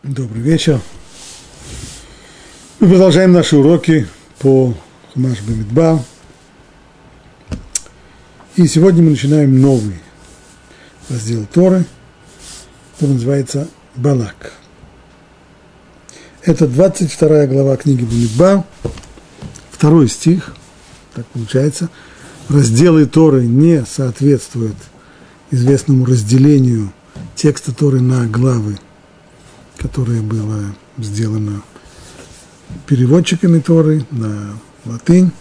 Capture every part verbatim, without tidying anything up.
Добрый вечер. Мы продолжаем наши уроки по Хумаш Бамидбар. И сегодня мы начинаем новый раздел Торы, который называется Балак. Это двадцать вторая глава книги Бамидбар, второй стих, так получается. Разделы Торы не соответствуют известному разделению текста Торы на главы, которое было сделано переводчиками Торы на латынь.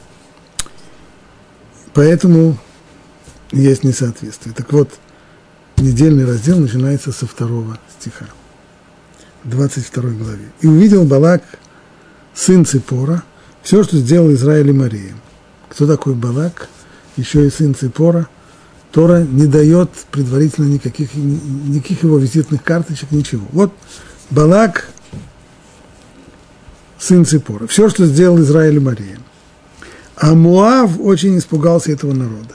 Поэтому есть несоответствие. Так вот, недельный раздел начинается со второго стиха, двадцать второй главе. «И увидел Балак, сын Ципора, все, что сделал Израиль и Мария». Кто такой Балак? Еще и сын Ципора. Тора не дает предварительно никаких, никаких его визитных карточек, ничего. Вот Балак, сын Ципора. Все, что сделал Израиль и Мария. А Моав очень испугался этого народа,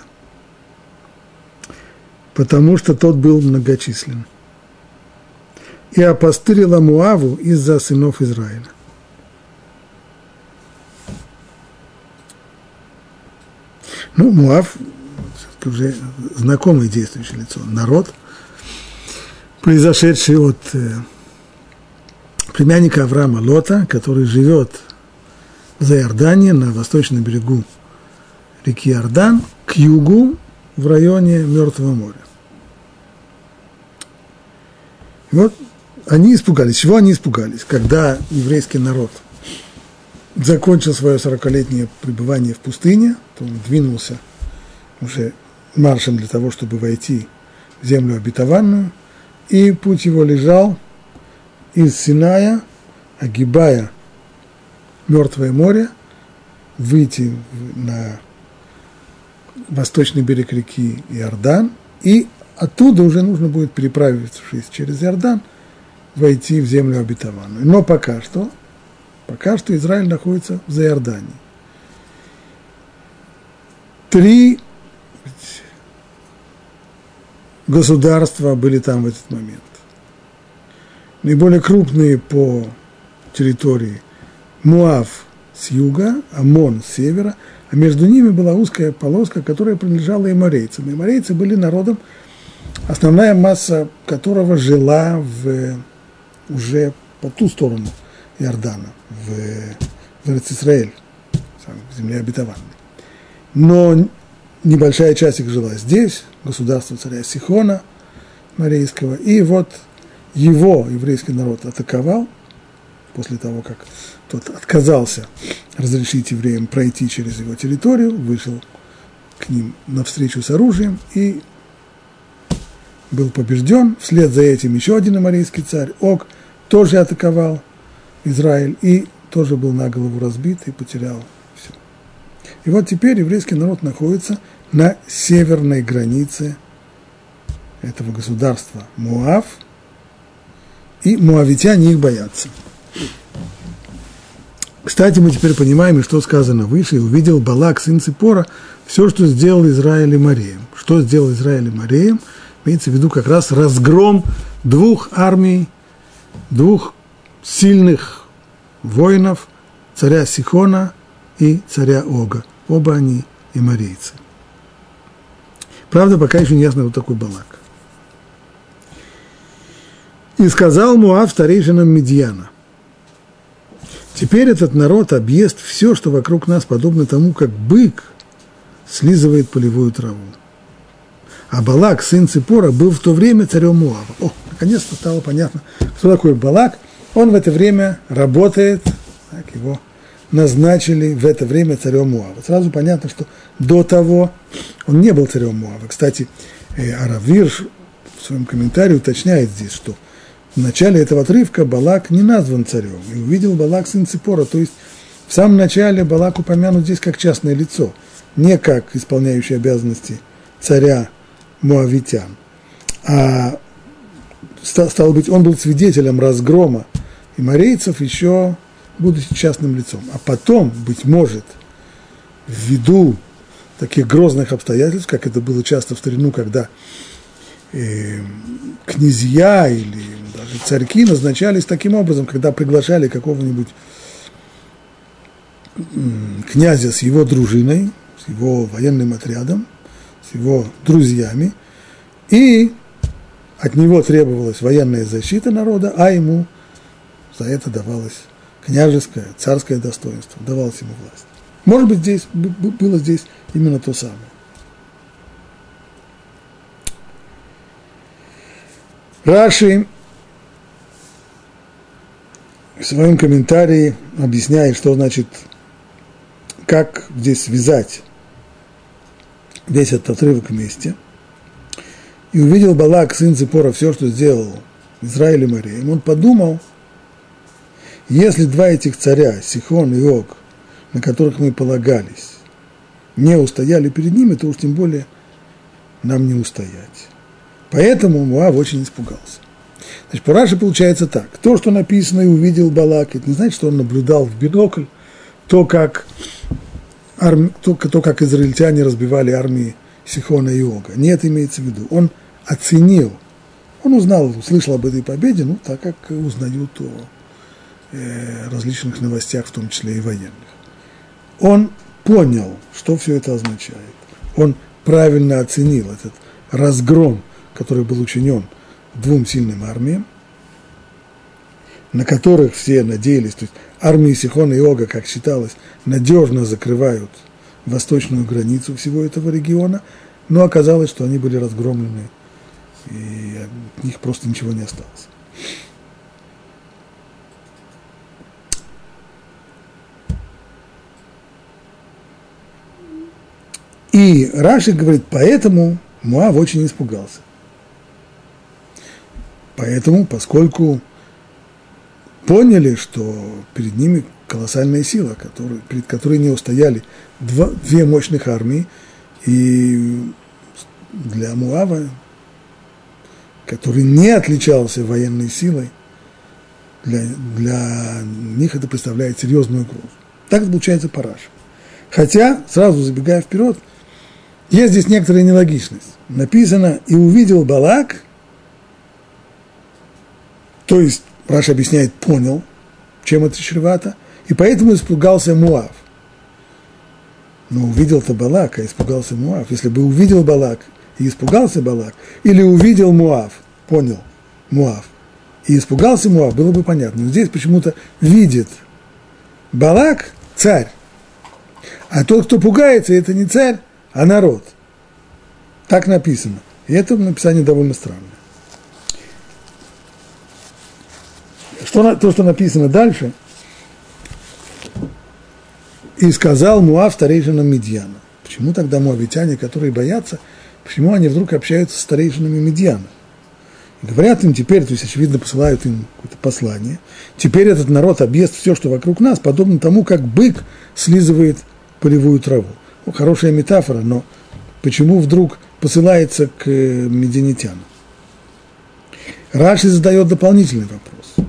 потому что тот был многочислен. И опостылила Моаву из-за сынов Израиля. Ну, Моав уже знакомое действующее лицо. Народ, произошедший от племянника Авраама Лота, который живет за Иордане, на восточном берегу реки Иордан, к югу, в районе Мертвого моря. И вот они испугались. Чего они испугались? Когда еврейский народ закончил свое сорокалетнее пребывание в пустыне, то он двинулся уже маршем для того, чтобы войти в землю обетованную, и путь его лежал из Синая, огибая Мертвое море, выйти на восточный берег реки Иордан, и оттуда уже нужно будет, переправившись через Иордан, войти в землю обетованную. Но пока что, пока что Израиль находится в Иордании. Три государства были там в этот момент. Наиболее крупные по территории Моав с юга, Амон с севера, а между ними была узкая полоска, которая принадлежала эморейцам. Эморейцы были народом, основная масса которого жила в, уже по ту сторону Иордана, в, в Эрец-Исраэль, в земле обетованной. Но небольшая часть их жила здесь, государство царя Сихона Морейского, и вот его еврейский народ атаковал, после того, как тот отказался разрешить евреям пройти через его территорию, вышел к ним навстречу с оружием и был побежден. Вслед за этим еще один аморейский царь, Ог, тоже атаковал Израиль и тоже был на голову разбит и потерял все. И вот теперь еврейский народ находится на северной границе этого государства Моав, и моавитяне их боятся. Кстати, мы теперь понимаем, что сказано выше, и увидел Балак, сын Ципора, все, что сделал Израиль и Мареем. Что сделал Израиль и Мареем? Имеется в виду как раз разгром двух армий, двух сильных воинов, царя Сихона и царя Ога. Оба они эморейцы. Правда, пока еще не ясно, кто такой Балак. «И сказал Моав старейшинам Мидьяна: теперь этот народ объест все, что вокруг нас, подобно тому, как бык слизывает полевую траву. А Балак, сын Ципора, был в то время царем Моава». О, наконец-то стало понятно, кто такой Балак. Он в это время работает, так, его назначили в это время царем Моава. Сразу понятно, что до того он не был царем Моава. Кстати, Арав Вирш в своем комментарии уточняет здесь, что в начале этого отрывка Балак не назван царем. И увидел Балак, сын Ципора. То есть в самом начале Балак упомянут здесь как частное лицо, не как исполняющий обязанности царя моавитян. А стало быть, он был свидетелем разгрома эморейцев, еще будучи частным лицом. А потом, быть может, ввиду таких грозных обстоятельств, как это было часто в старину, когда э, князья или даже царьки назначались таким образом, когда приглашали какого-нибудь князя с его дружиной, с его военным отрядом, с его друзьями, и от него требовалась военная защита народа, а ему за это давалось княжеское, царское достоинство, давалась ему власть. Может быть, здесь было здесь именно то самое. Раши в своем комментарии объясняет, что значит, как здесь связать весь этот отрывок вместе. И увидел Балак, сын Ципора, все, что сделал Израиль и Мареем. Он подумал, если два этих царя, Сихон и Ог, на которых мы полагались, не устояли перед ними, то уж тем более нам не устоять. Поэтому Муав очень испугался. Значит, по Раши получается так. То, что написано и увидел Балак, это не значит, что он наблюдал в бинокль то, как, арми... то, то, как израильтяне разбивали армии Сихона и Ога. Нет, имеется в виду. Он оценил, он узнал, услышал об этой победе, ну, так как узнают о э, различных новостях, в том числе и военных. Он понял, что все это означает. Он правильно оценил этот разгром, который был учинен двум сильным армиям, на которых все надеялись, то есть армии Сихона и Ога, как считалось, надежно закрывают восточную границу всего этого региона, но оказалось, что они были разгромлены, и от них просто ничего не осталось. И Раши говорит, поэтому Муав очень испугался. Поэтому, поскольку поняли, что перед ними колоссальная сила, который, перед которой не устояли два, две мощных армии, и для Муава, который не отличался военной силой, для, для них это представляет серьезную угрозу. Так это получается по Раши. Хотя, сразу забегая вперед, есть здесь некоторая нелогичность. Написано «и увидел Балак», то есть, Раши объясняет, понял, чем это чревато, и поэтому испугался Муав. Но увидел-то Балак, а испугался Муав. Если бы увидел Балак и испугался Балак, или увидел Муав, понял Муав, и испугался Муав, было бы понятно. Но здесь почему-то видит Балак царь, а тот, кто пугается, это не царь, а народ. Так написано. И это написание довольно странное. Что, то, что написано дальше, и сказал Муав старейшинам Мидьяна. Почему тогда муавитяне, которые боятся, почему они вдруг общаются с старейшинами Мидьяна? И говорят им теперь, то есть, очевидно, посылают им какое-то послание, теперь этот народ объест все, что вокруг нас, подобно тому, как бык слизывает полевую траву. Ну, хорошая метафора, но почему вдруг посылается к мидьянитянам? Раши задает дополнительный вопрос.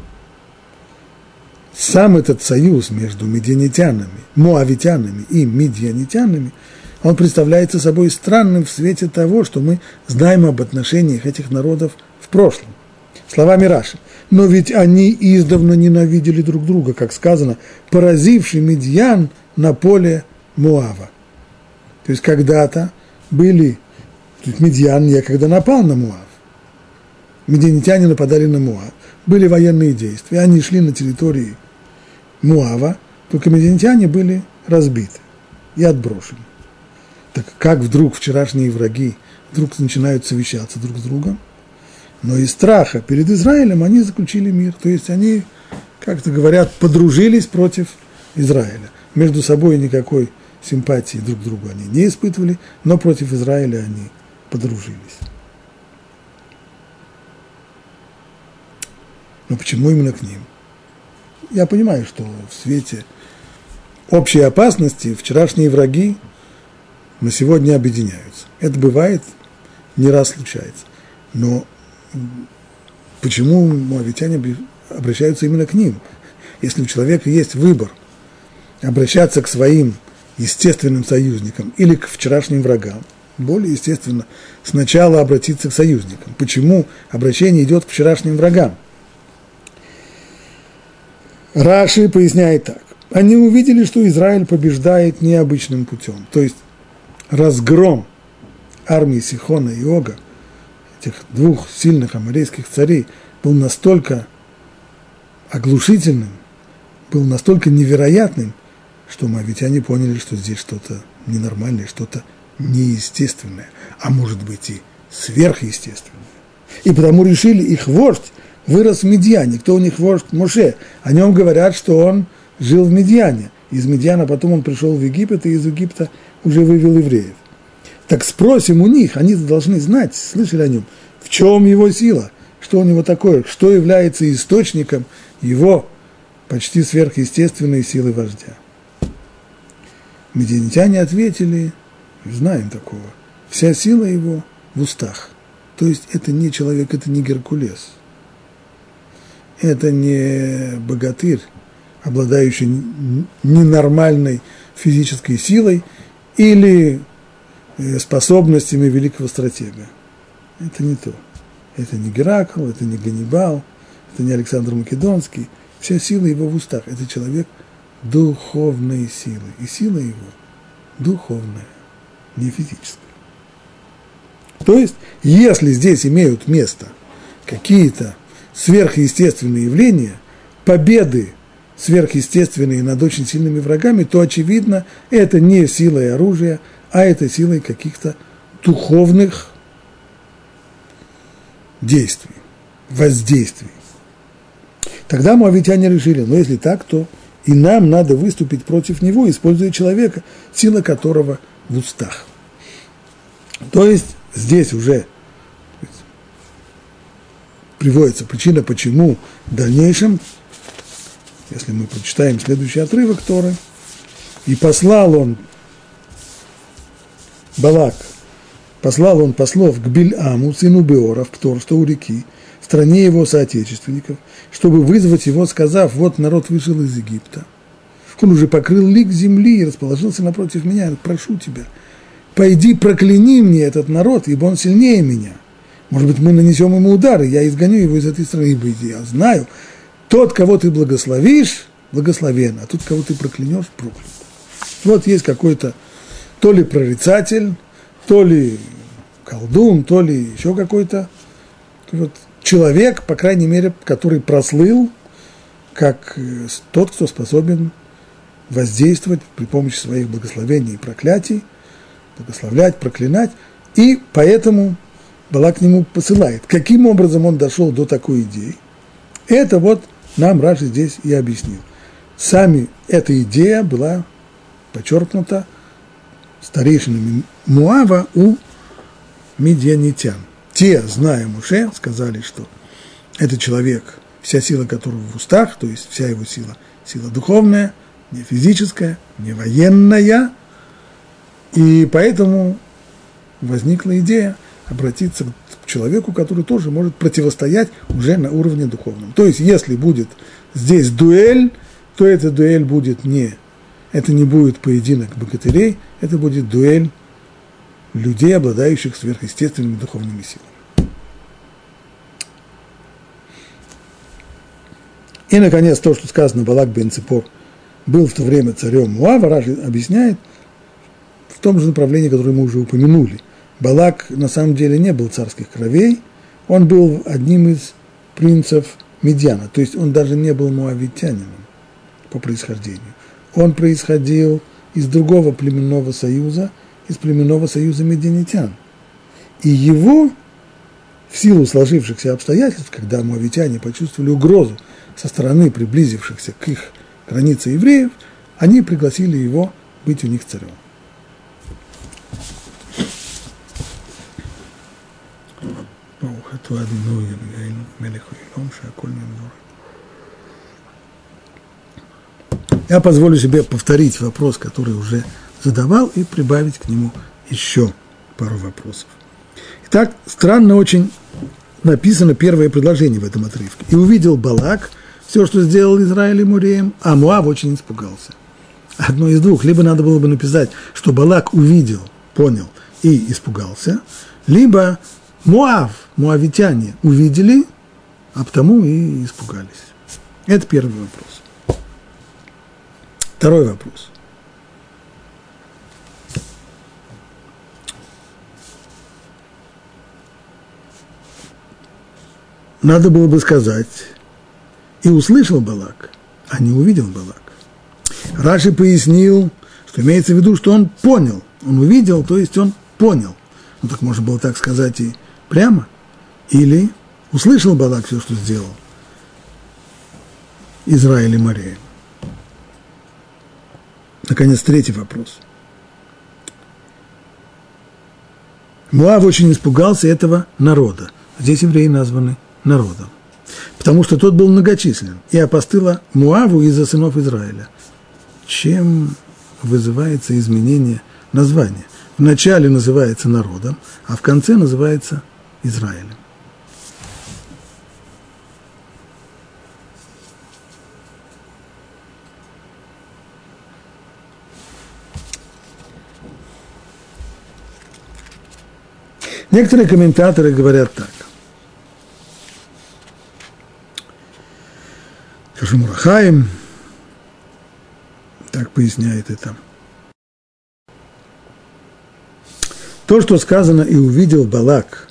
Сам этот союз между мидьянитянами, муавитянами и мидьянитянами, он представляется собой странным в свете того, что мы знаем об отношениях этих народов в прошлом. Словами Раши. Но ведь они издавна ненавидели друг друга, как сказано, поразивший Мидьян на поле Муава. То есть когда-то были, то есть Мидьян некогда напал на Муав. Мидьянитяне нападали на Муав. Были военные действия, они шли на территории Муава, только мидьянитяне были разбиты и отброшены. Так как вдруг вчерашние враги вдруг начинают совещаться друг с другом, но из страха перед Израилем они заключили мир, то есть они, как-то говорят, подружились против Израиля. Между собой никакой симпатии друг к другу они не испытывали, но против Израиля они подружились. Но почему именно к ним? Я понимаю, что в свете общей опасности вчерашние враги на сегодня объединяются. Это бывает, не раз случается. Но почему муавитяне обращаются именно к ним? Если у человека есть выбор обращаться к своим естественным союзникам или к вчерашним врагам, более естественно сначала обратиться к союзникам. Почему обращение идет к вчерашним врагам? Раши поясняет так. Они увидели, что Израиль побеждает необычным путем. То есть разгром армии Сихона и Ога, этих двух сильных аморейских царей, был настолько оглушительным, был настолько невероятным, что моавитяне поняли, что здесь что-то ненормальное, что-то неестественное, а может быть и сверхъестественное. И потому решили, их вождь вырос в Медьяне. Кто у них вождь? Моше. О нем говорят, что он жил в Медьяне. Из Медьяна потом он пришел в Египет, и из Египта уже вывел евреев. Так спросим у них, они должны знать, слышали о нем, в чем его сила, что у него такое, что является источником его почти сверхъестественной силы вождя. Медианитяне ответили, знаем такого, вся сила его в устах. То есть это не человек, это не Геркулес. Это не богатырь, обладающий ненормальной физической силой или способностями великого стратега. Это не то. Это не Геракл, это не Ганнибал, это не Александр Македонский. Вся сила его в устах. Это человек духовной силы. И сила его духовная, не физическая. То есть, если здесь имеют место какие-то сверхъестественные явления, победы сверхъестественные над очень сильными врагами, то, очевидно, это не силой оружия, а это силой каких-то духовных действий, воздействий. Тогда моавитяне решили, ну, если так, то и нам надо выступить против него, используя человека, сила которого в устах. То есть здесь уже приводится причина, почему в дальнейшем, если мы прочитаем следующий отрывок Торы, и послал он Балак, послал он послов к Бильаму, сыну Беора, в Птор, что у реки, в стране его соотечественников, чтобы вызвать его, сказав, вот народ вышел из Египта. Он уже покрыл лик земли и расположился напротив меня. Прошу тебя, пойди прокляни мне этот народ, ибо он сильнее меня. Может быть, мы нанесем ему удар, и я изгоню его из этой страны, ибо я знаю, тот, кого ты благословишь, благословен, а тот, кого ты проклянешь, проклят. Вот есть какой-то то ли прорицатель, то ли колдун, то ли еще какой-то вот человек, по крайней мере, который прослыл, как тот, кто способен воздействовать при помощи своих благословений и проклятий, благословлять, проклинать, и поэтому Балак к нему посылает. Каким образом он дошел до такой идеи? Это вот нам Раши здесь и объяснил. Сами эта идея была подчеркнута старейшинами Муава у медианитян. Те, зная Моше, сказали, что этот человек, вся сила которого в устах, то есть вся его сила, сила духовная, не физическая, не военная, и поэтому возникла идея обратиться к человеку, который тоже может противостоять уже на уровне духовном. То есть, если будет здесь дуэль, то эта дуэль будет не, это не будет поединок богатырей, это будет дуэль людей, обладающих сверхъестественными духовными силами. И, наконец, то, что сказано, Балак бен Ципор был в то время царем Муава, Раши объясняет в том же направлении, которое мы уже упомянули. Балак на самом деле не был царских кровей, он был одним из принцев Медьяна, то есть он даже не был муавитянином по происхождению. Он происходил из другого племенного союза, из племенного союза медианитян. И его, в силу сложившихся обстоятельств, когда муавитяне почувствовали угрозу со стороны приблизившихся к их границе евреев, они пригласили его быть у них царем. Я позволю себе повторить вопрос, который уже задавал, и прибавить к нему еще пару вопросов. Итак, странно очень написано первое предложение в этом отрывке. «И увидел Балак все, что сделал Израиль и Муреем, а Муав очень испугался». Одно из двух. Либо надо было бы написать, что Балак увидел, понял и испугался, либо Муав, муавитяне увидели, а потому и испугались. Это первый вопрос. Второй вопрос. Надо было бы сказать, и услышал Балак, а не увидел Балак. Раши пояснил, что имеется в виду, что он понял. Он увидел, то есть он понял. Ну так можно было так сказать и прямо. Или услышал Балак все, что сделал Израиль и Морея. Наконец, третий вопрос. Муав очень испугался этого народа. Здесь евреи названы народом. Потому что тот был многочислен. И опостыло Муаву из-за сынов Израиля. Чем вызывается изменение названия? Вначале называется народом, а в конце называется Израилем. Некоторые комментаторы говорят так. Скажем, Урахаим так поясняет это. То, что сказано «и увидел Балак»,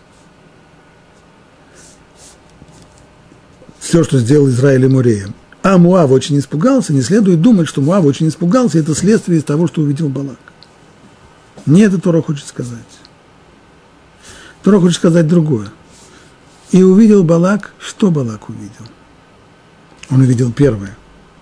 все, что сделал Израиль и Морея, а Муав очень испугался, не следует думать, что Муав очень испугался, это следствие из того, что увидел Балак. Не это Тора хочет сказать. Тора хочет сказать другое. И увидел Балак, что Балак увидел? Он увидел первое,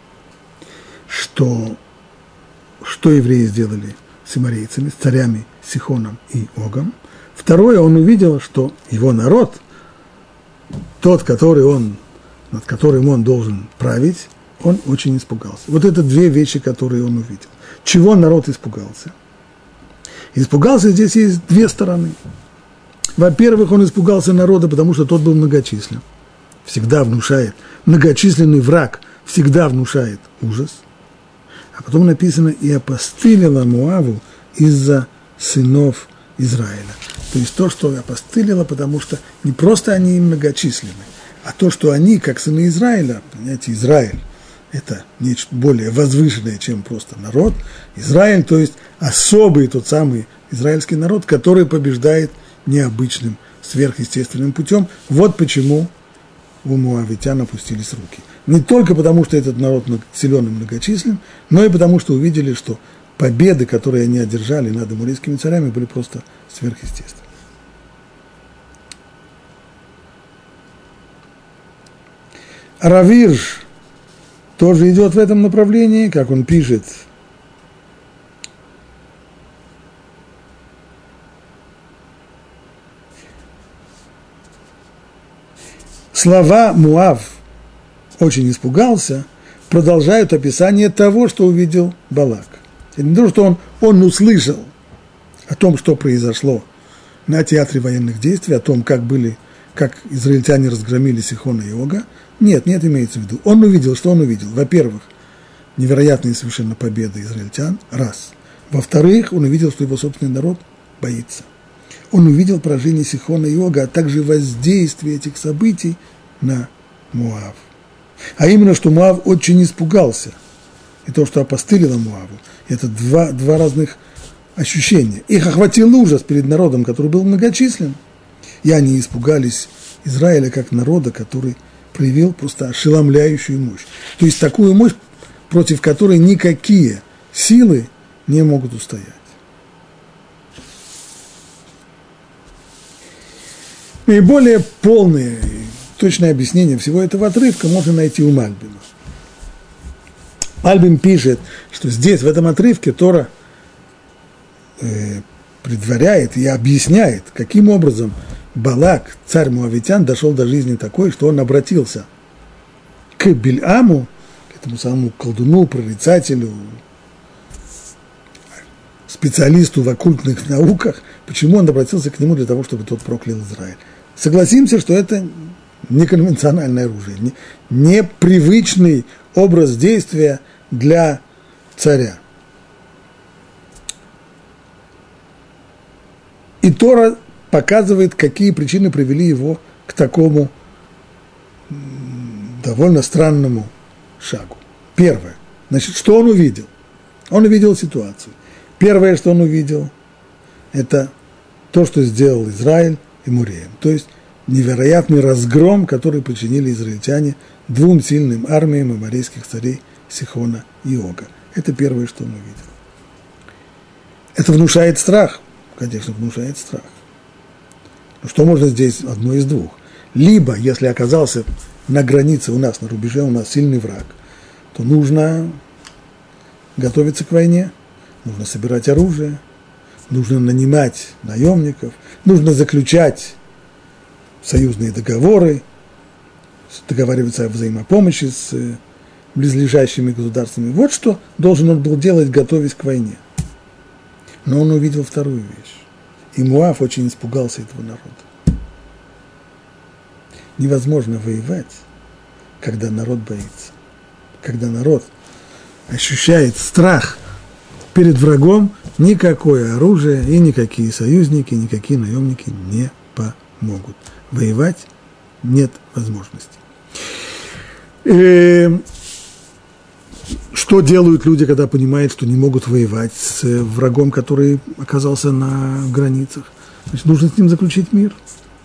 что, что евреи сделали с аморейцами, с царями Сихоном и Огом. Второе, он увидел, что его народ, тот, который он, над которым он должен править, он очень испугался. Вот это две вещи, которые он увидел. Чего народ испугался? Испугался, здесь есть две стороны. Во-первых, он испугался народа, потому что тот был многочислен. Всегда внушает. Многочисленный враг всегда внушает ужас. А потом написано, и опостылило Муаву из-за сынов Израиля. То есть то, что опостылило, потому что не просто они многочисленны, а то, что они, как сыны Израиля, понимаете, Израиль, это нечто более возвышенное, чем просто народ. Израиль, то есть особый тот самый израильский народ, который побеждает необычным, сверхъестественным путем. Вот почему у муавитян опустились руки. Не только потому, что этот народ силен и многочислен, но и потому, что увидели, что победы, которые они одержали над аморейскими царями, были просто сверхъестественны. Рав Ирш тоже идет в этом направлении, как он пишет. Слова «Муав очень испугался» продолжают описание того, что увидел Балак. Это не то, что он, он услышал о том, что произошло на театре военных действий, о том, как, были, как израильтяне разгромили Сихона и Ога. Нет, нет, имеется в виду. Он увидел, что он увидел. Во-первых, невероятные совершенно победы израильтян, раз. Во-вторых, он увидел, что его собственный народ боится. Он увидел поражение Сихона и Ога, а также воздействие этих событий на Муав. А именно, что Муав очень испугался. И то, что опостылило Муаву, это два, два разных ощущения. Их охватил ужас перед народом, который был многочислен. И они испугались Израиля как народа, который проявил просто ошеломляющую мощь. То есть такую мощь, против которой никакие силы не могут устоять. И более полное и точное объяснение всего этого отрывка можно найти у Мальбима. Мальбим пишет, что здесь, в этом отрывке, Тора э, предваряет и объясняет, каким образом Балак, царь муавитян, дошел до жизни такой, что он обратился к Бильаму, к этому самому колдуну, прорицателю, специалисту в оккультных науках. Почему он обратился к нему? Для того, чтобы тот проклял Израиль. Согласимся, что это неконвенциональное оружие, не, непривычный образ действия для царя. И Тора показывает, какие причины привели его к такому довольно странному шагу. Первое. Значит, что он увидел? Он увидел ситуацию. Первое, что он увидел, это то, что сделал Израиль и Муреем. То есть невероятный разгром, который причинили израильтяне двум сильным армиям аморейских царей Сихона и Ога. Это первое, что он увидел. Это внушает страх. Конечно, внушает страх. Но что можно здесь? Одно из двух. Либо, если оказался на границе у нас, на рубеже у нас сильный враг, то нужно готовиться к войне, нужно собирать оружие, нужно нанимать наемников, нужно заключать союзные договоры, договариваться о взаимопомощи с близлежащими государствами. Вот что должен он был делать, готовясь к войне. Но он увидел вторую вещь. И Муав очень испугался этого народа. Невозможно воевать, когда народ боится. Когда народ ощущает страх перед врагом, никакое оружие и никакие союзники, никакие наемники не помогут. Воевать нет возможности. И что делают люди, когда понимают, что не могут воевать с врагом, который оказался на границах? Значит, нужно с ним заключить мир.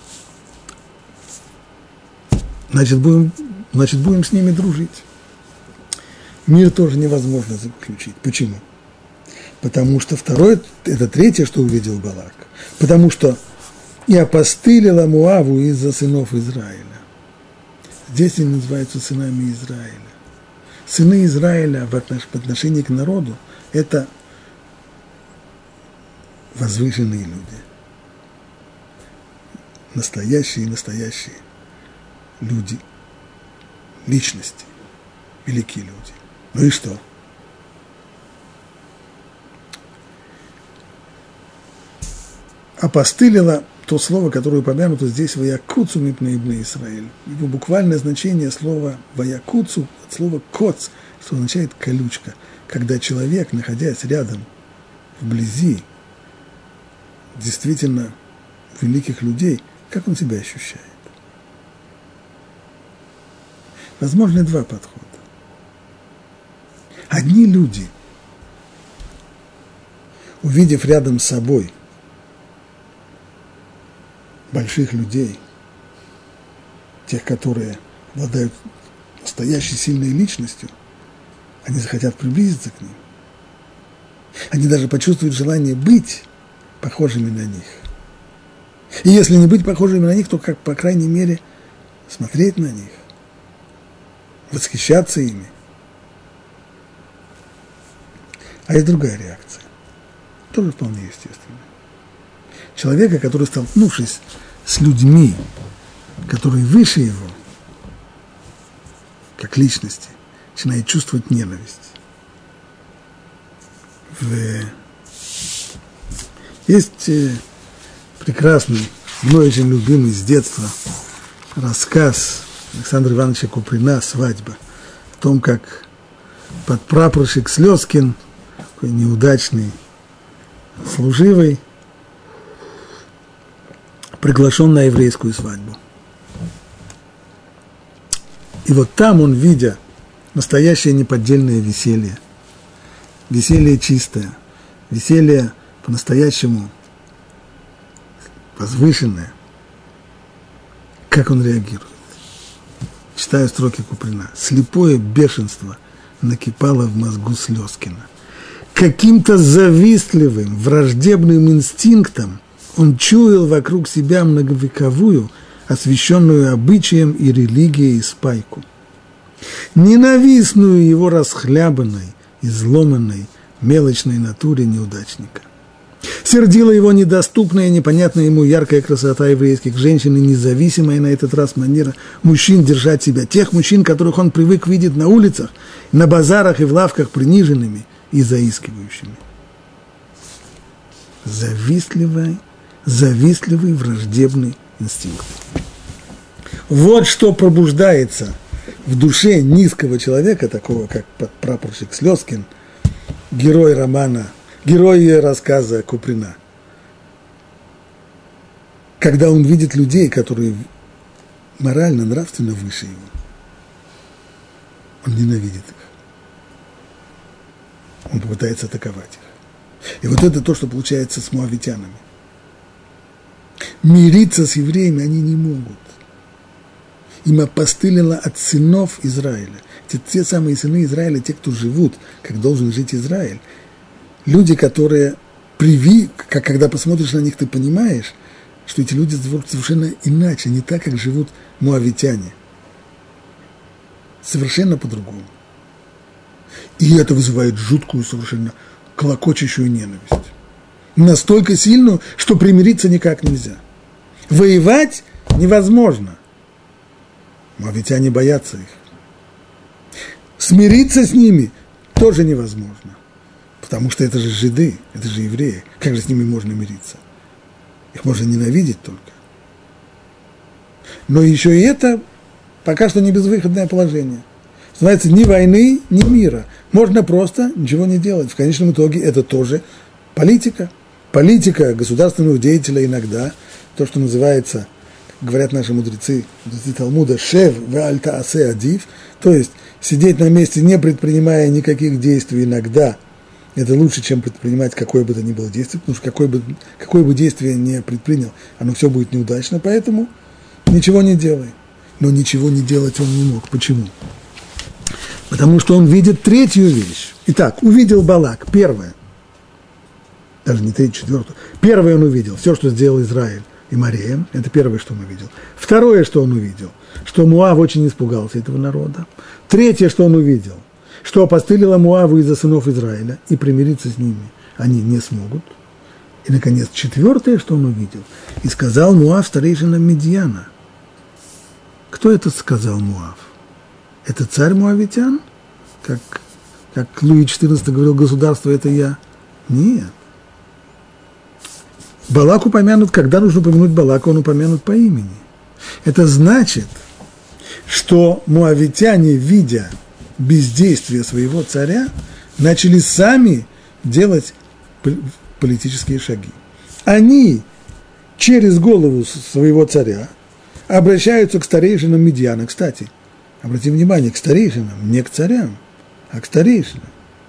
Значит, будем, значит, будем с ними дружить. Мир тоже невозможно заключить. Почему? Потому что второе, это третье, что увидел Балак. Потому что и опостылила Муаву из-за сынов Израиля. Здесь они называются сынами Израиля. Сыны Израиля в отношении к народу – это возвышенные люди. Настоящие, настоящие люди, личности, великие люди. Ну и что? Опостылило то слово, которое упомянуто здесь, «ваякуцу мипней ибней Исраэль». Его буквальное значение слова «ваякуцу» от слова «коц», что означает «колючка». Когда человек, находясь рядом, вблизи, действительно великих людей, как он себя ощущает? Возможны два подхода. Одни люди, увидев рядом с собой больших людей, тех, которые обладают настоящей сильной личностью, они захотят приблизиться к ним. Они даже почувствуют желание быть похожими на них. И если не быть похожими на них, то, как, по крайней мере, смотреть на них, восхищаться ими. А есть другая реакция, тоже вполне естественная. Человека, который, столкнувшись с людьми, которые выше его, как личности, начинает чувствовать ненависть. В... Есть прекрасный, мной очень любимый с детства рассказ Александра Ивановича Куприна «Свадьба», о том, как подпрапорщик Слезкин, такой неудачный служивый, приглашен на еврейскую свадьбу. И вот там он, видя настоящее неподдельное веселье, веселье чистое, веселье по-настоящему возвышенное, как он реагирует. Читаю строки Куприна. «Слепое бешенство накипало в мозгу Слезкина. Каким-то завистливым, враждебным инстинктом он чуял вокруг себя многовековую, освященную обычаем и религией спайку. Ненавистную его расхлябанной, изломанной, мелочной натуре неудачника. Сердила его недоступная, непонятная ему яркая красота еврейских женщин и независимая на этот раз манера мужчин держать себя, тех мужчин, которых он привык видеть на улицах, на базарах и в лавках приниженными и заискивающими. Завистливый, завистливый враждебный инстинкт. Вот что пробуждается в душе низкого человека, такого как подпрапорщик Слезкин, герой романа, герой рассказа Куприна, когда он видит людей, которые морально, нравственно выше его. Он ненавидит их. он попытается атаковать их. И вот это то, что получается с моавитянами. Мириться с евреями они не могут. Им опостылило от сынов Израиля. Те, те самые сыны Израиля, те, кто живут, как должен жить Израиль. Люди, которые, приви, как, когда посмотришь на них, ты понимаешь, что эти люди живут совершенно иначе, не так, как живут моавитяне. Совершенно по-другому. И это вызывает жуткую, совершенно клокочущую ненависть. Настолько сильную, что примириться никак нельзя. Воевать невозможно. Моавитяне боятся их. Смириться с ними тоже невозможно. Потому что это же жиды, это же евреи. Как же с ними можно мириться? Их можно ненавидеть только. Но еще и это пока что не безвыходное положение. Называется, ни войны, ни мира. Можно просто ничего не делать. В конечном итоге это тоже политика. Политика государственного деятеля иногда, то, что называется, как говорят наши мудрецы, мудрецы Талмуда, шев веаль таасе адив, то есть сидеть на месте, не предпринимая никаких действий иногда, это лучше, чем предпринимать какое бы то ни было действие, потому что какое бы, какое бы действие не предпринял, оно все будет неудачно, поэтому ничего не делай. Но ничего не делать он не мог. Почему? Потому что он видит третью вещь. Итак, увидел Балак, первое. Даже не третье, четвертое. Первое он увидел, все, что сделал Израиль и Марея, это первое, что он увидел. Второе, что он увидел, что Муав очень испугался этого народа. Третье, что он увидел, что опостылило Муаву из-за сынов Израиля, и примириться с ними они не смогут. И, наконец, четвертое, что он увидел, и сказал Муав старейшинам Медьяна. Кто это сказал Муав? Это царь Муавитян? Как, как Луи четырнадцатый говорил, государство это я? Нет. Балак упомянут, когда нужно упомянуть Балака, он упомянут по имени. Это значит, что муавитяне, видя бездействие своего царя, начали сами делать политические шаги. Они через голову своего царя обращаются к старейшинам Медьяна. Кстати, обратите внимание, к старейшинам, не к царям, а к старейшинам.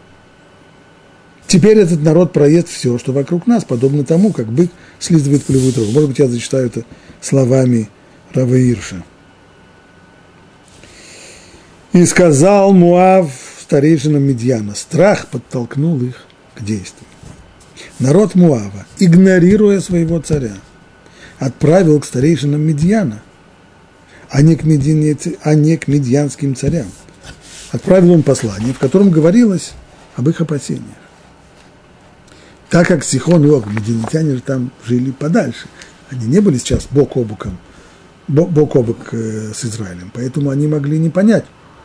Теперь этот народ проест все, что вокруг нас, подобно тому, как бык слизывает полевую траву. Может быть, я зачитаю это словами Рава Ирша. «И сказал Муав старейшинам Медьяна, страх подтолкнул их к действию. Народ Муава, игнорируя своего царя, отправил к старейшинам Медьяна, а не к, медине, а не к медьянским царям. Отправил он послание, в котором говорилось об их опасениях. Так как Сихон и Ог, медианитяне же там жили подальше, они не были сейчас бок о бок, бок о бок с Израилем, поэтому они могли не понять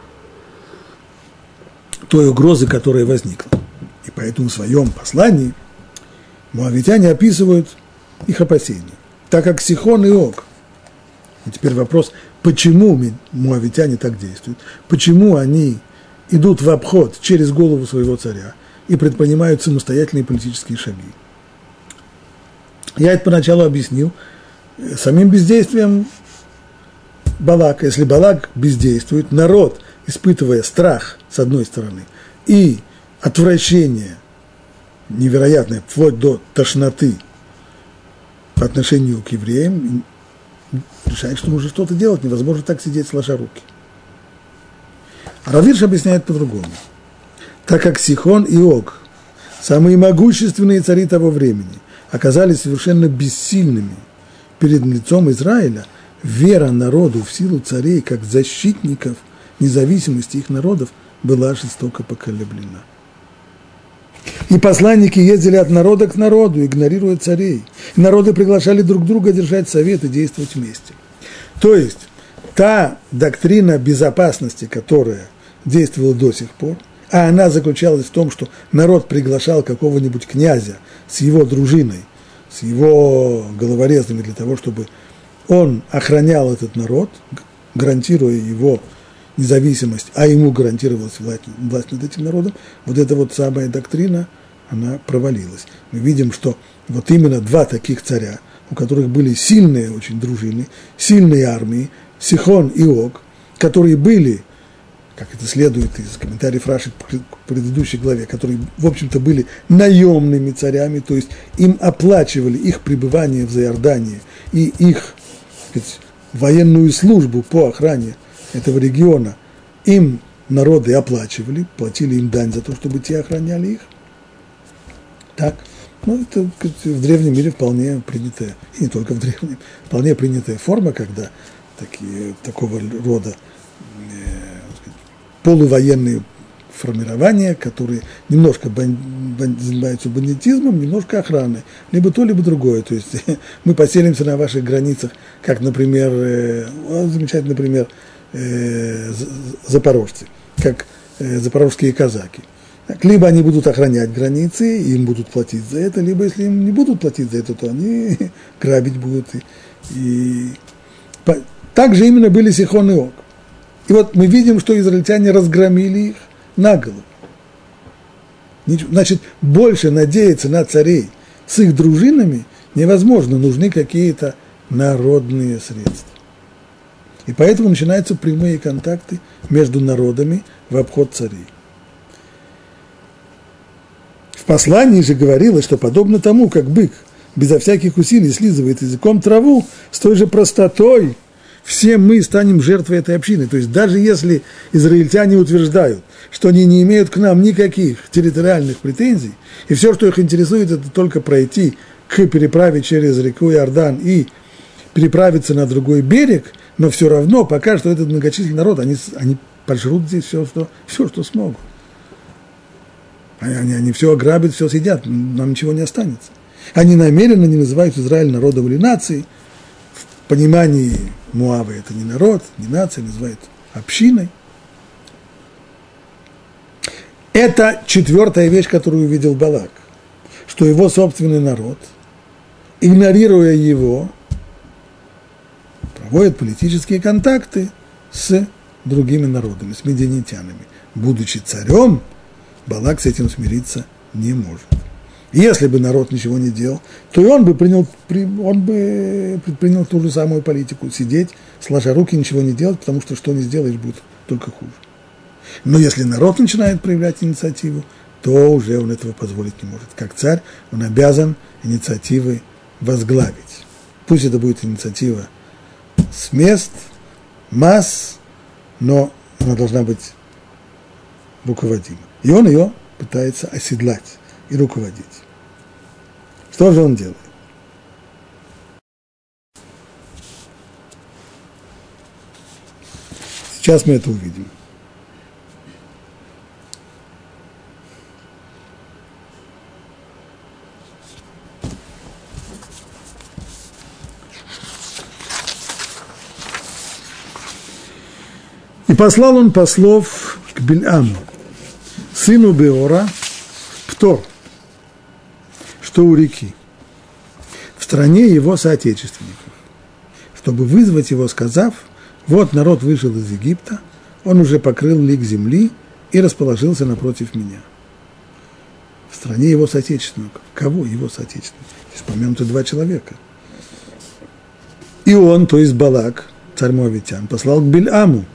той угрозы, которая возникла. И поэтому в своем послании муавитяне описывают их опасения. Так как Сихон и Ог. И теперь вопрос, почему муавитяне так действуют, почему они идут в обход через голову своего царя и предпринимают самостоятельные политические шаги. Я это поначалу объяснил самим бездействием Балака. Если Балак бездействует, народ, испытывая страх с одной стороны и отвращение невероятное, вплоть до тошноты по отношению к евреям, решает, что нужно что-то делать, невозможно так сидеть сложа руки. А Рав Ирш объясняет по-другому. Так как Сихон и Ог, самые могущественные цари того времени, оказались совершенно бессильными перед лицом Израиля, вера народу в силу царей, как защитников независимости их народов, была жестоко поколеблена. И посланники ездили от народа к народу, игнорируя царей. Народы приглашали друг друга держать совет и действовать вместе. То есть, та доктрина безопасности, которая действовала до сих пор, а она заключалась в том, что народ приглашал какого-нибудь князя с его дружиной, с его головорезами для того, чтобы он охранял этот народ, гарантируя его независимость, а ему гарантировалась власть, власть над этим народом, вот эта вот самая доктрина, она провалилась. Мы видим, что вот именно два таких царя, у которых были сильные очень дружины, сильные армии, Сихон и Ог, которые были как это следует из комментариев Раши к предыдущей главе, которые, в общем-то, были наемными царями, то есть им оплачивали их пребывание в Заиордании и их, так сказать, военную службу по охране этого региона, им народы оплачивали, платили им дань за то, чтобы те охраняли их. Так, ну, это в древнем мире вполне принятая, и не только в древнем, вполне принятая форма, когда такие, такого рода э, полувоенные формирования, которые немножко бан, бан, занимаются бандитизмом, немножко охраной, либо то, либо другое. То есть мы поселимся на ваших границах, как, например, э, замечательный пример, э, запорожцы, как э, запорожские казаки. Так, либо они будут охранять границы, им будут платить за это, либо если им не будут платить за это, то они грабить будут. И, и... Так же именно были Сихон и Ог. И вот мы видим, что израильтяне разгромили их на голову. Значит, больше надеяться на царей с их дружинами невозможно, нужны какие-то народные средства. И поэтому начинаются прямые контакты между народами в обход царей. В послании же говорилось, что подобно тому, как бык безо всяких усилий слизывает языком траву, с той же простотой все мы станем жертвой этой общины. То есть даже если израильтяне утверждают, что они не имеют к нам никаких территориальных претензий, и все, что их интересует, это только пройти к переправе через реку Иордан и переправиться на другой берег, но все равно пока что этот многочисленный народ, они, они пожрут здесь все, что, все, что смогут. Они, они все ограбят, все съедят, нам ничего не останется. Они намеренно не называют Израиль народом или нацией. В понимании Муава это не народ, не нация, называют общиной. Это четвертая вещь, которую увидел Балак, что его собственный народ, игнорируя его, проводит политические контакты с другими народами, с медианитянами. Будучи царем, Балак с этим смириться не может. Если бы народ ничего не делал, то и он бы принял, он бы предпринял ту же самую политику, сидеть, сложа руки, ничего не делать, потому что что не сделаешь, будет только хуже. Но если народ начинает проявлять инициативу, то уже он этого позволить не может. Как царь, он обязан инициативы возглавить. Пусть это будет инициатива с мест, масс, но она должна быть руководима. И он ее пытается оседлать и руководить. Что же он делает? Сейчас мы это увидим. И послал он послов к Бильаму, сыну Беора, Птор, что у реки, в стране его соотечественников, чтобы вызвать его, сказав: вот народ вышел из Египта, он уже покрыл лик земли и расположился напротив меня. В стране его соотечественников. Кого его соотечественников? Здесь упомянуты два человека. И он, то есть Балак, царь Моавитян, послал к Бильаму,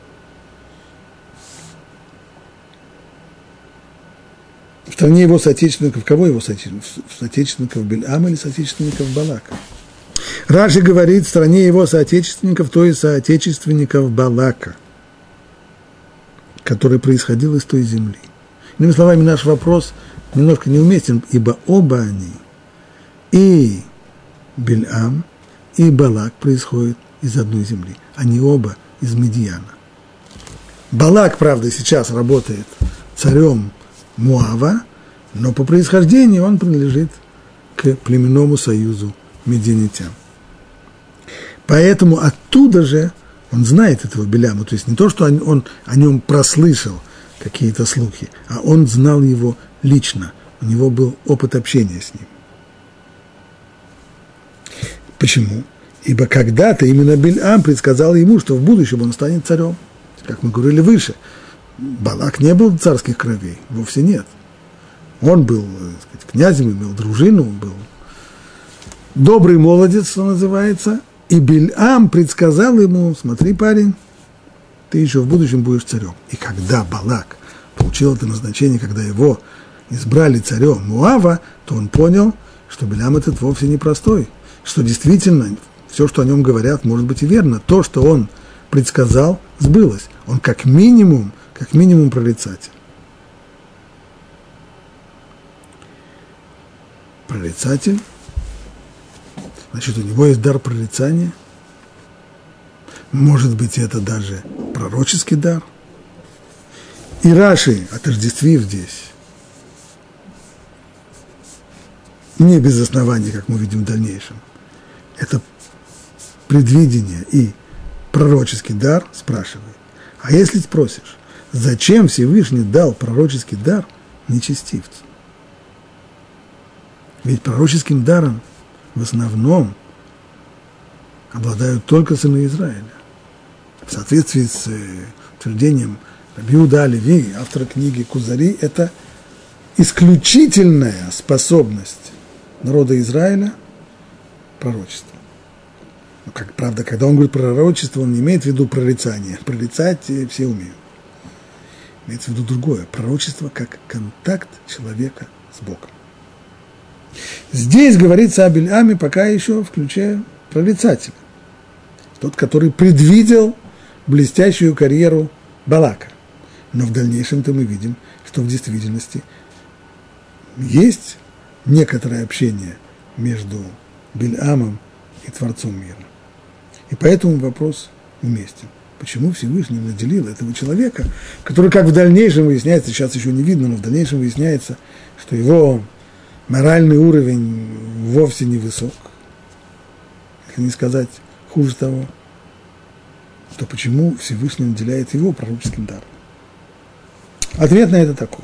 в стране его соотечественников. Кого его соотечественников? Соотечественников Бильама или соотечественников Балака? Раши говорит, в стране его соотечественников, то есть соотечественников Балака, который происходил из той земли. Иными словами, наш вопрос немножко неуместен, ибо оба они, и Бильам, и Балак, происходят из одной земли. Они оба из Медиана. Балак, правда, сейчас работает царем Муава, но по происхождению он принадлежит к племенному союзу медианитян. Поэтому оттуда же он знает этого Биляма, то есть не то, что он, он о нем прослышал какие-то слухи, а он знал его лично, у него был опыт общения с ним. Почему? Ибо когда-то именно Бильам предсказал ему, что в будущем он станет царем, как мы говорили выше. Балак не был царских кровей, вовсе нет. Он был, так сказать, князем, имел дружину, был добрый молодец, что называется. И Бильам предсказал ему: смотри, парень, ты еще в будущем будешь царем. И когда Балак получил это назначение, когда его избрали царем Муава, то он понял, что Билям этот вовсе непростой, что действительно все, что о нем говорят, может быть и верно. То, что он предсказал, сбылось. Он как минимум, как минимум прорицатель. Прорицатель, значит, у него есть дар прорицания. Может быть, это даже пророческий дар. И Раши, отождествив здесь, не без оснований, как мы видим в дальнейшем, это предвидение и пророческий дар, спрашивает. А если спросишь, зачем Всевышний дал пророческий дар нечестивцу? Ведь пророческим даром в основном обладают только сыны Израиля. В соответствии с утверждением Раби Иуда а-Леви, автора книги Кузари, это исключительная способность народа Израиля пророчества. Но, как, правда, когда он говорит пророчество, он не имеет в виду прорицание. Прорицать все умеют. Имеется в виду другое. Пророчество как контакт человека с Богом. Здесь говорится о Бильаме пока еще в ключе прорицателя. Тот, который предвидел блестящую карьеру Балака. Но в дальнейшем-то мы видим, что в действительности есть некоторое общение между Бильамом и Творцом мира. И поэтому вопрос уместен. Почему Всевышний наделил этого человека, который, как в дальнейшем выясняется, сейчас еще не видно, но в дальнейшем выясняется, что его моральный уровень вовсе не высок, если не сказать хуже того, то почему Всевышний наделяет его пророческим даром? Ответ на это таков.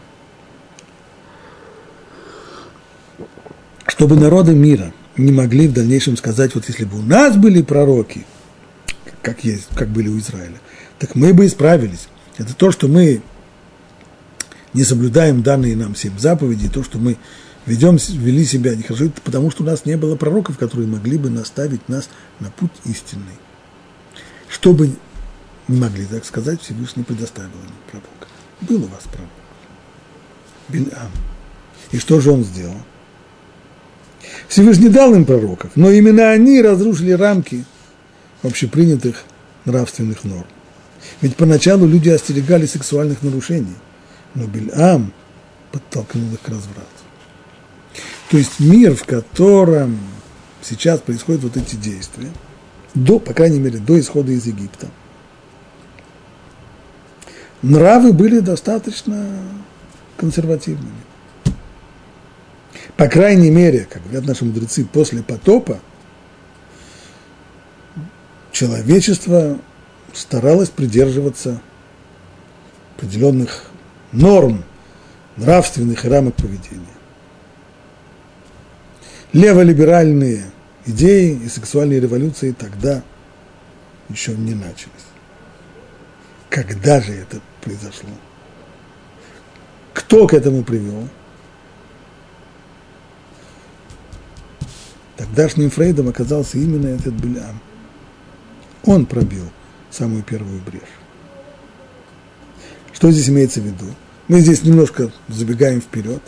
Чтобы народы мира не могли в дальнейшем сказать, вот если бы у нас были пророки, как есть, как были у Израиля, так мы бы исправились. Это то, что мы не соблюдаем данные нам семь заповедей, то, что мы ведем, вели себя нехорошо, это потому, что у нас не было пророков, которые могли бы наставить нас на путь истинный. Чтобы не могли так сказать, Всевышний предоставил им пророка. Был у вас пророк. Бильам. И что же он сделал? Всевышний дал им пророков, но именно они разрушили рамки общепринятых нравственных норм. Ведь поначалу люди остерегали сексуальных нарушений, но Бильам подтолкнул их к разврату. То есть мир, в котором сейчас происходят вот эти действия, до, по крайней мере, до исхода из Египта, нравы были достаточно консервативными. По крайней мере, как говорят наши мудрецы, после потопа человечество старалось придерживаться определенных норм, нравственных и рамок поведения. Леволиберальные идеи и сексуальные революции тогда еще не начались. Когда же это произошло? Кто к этому привел? Тогдашним Фрейдом оказался именно этот Бильам. Он пробил самую первую брешь. Что здесь имеется в виду? Мы здесь немножко забегаем вперед.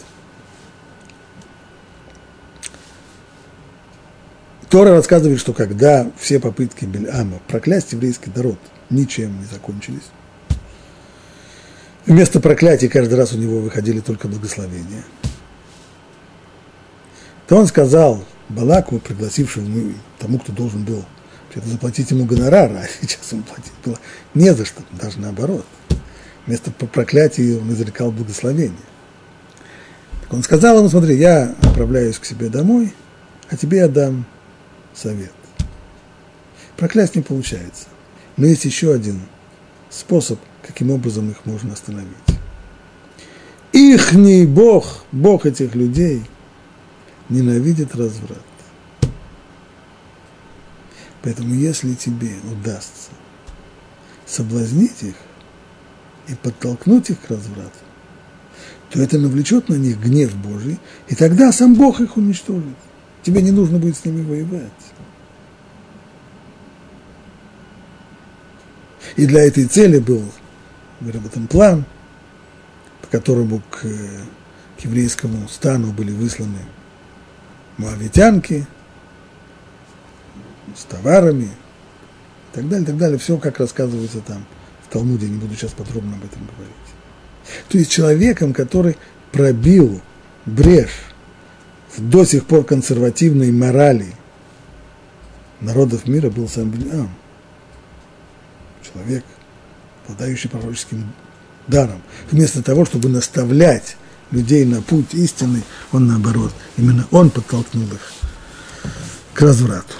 Тора рассказывает, что когда все попытки Бильама проклясть еврейский народ ничем не закончились, вместо проклятия каждый раз у него выходили только благословения, то он сказал Балаку, пригласившему тому, кто должен был заплатить ему гонорар, а сейчас ему платить было не за что, даже наоборот. Вместо проклятия он изрекал благословение. Так он сказал ему: смотри, я отправляюсь к себе домой, а тебе я дам совет. Проклясть не получается. Но есть еще один способ, каким образом их можно остановить. Ихний Бог, Бог этих людей, ненавидит разврат. Поэтому если тебе удастся соблазнить их и подтолкнуть их к разврату, то это навлечет на них гнев Божий, и тогда сам Бог их уничтожит. Тебе не нужно будет с ними воевать. И для этой цели был выработан план, по которому к, к еврейскому стану были высланы моавитянки с товарами и так далее, и так далее. Все, как рассказывается там в Талмуде, не буду сейчас подробно об этом говорить. То есть человеком, который пробил брешь в до сих пор консервативной морали народов мира, был сам Бильам. Человек, обладающий пророческим даром. Вместо того, чтобы наставлять людей на путь истины, он наоборот, именно он подтолкнул их к разврату.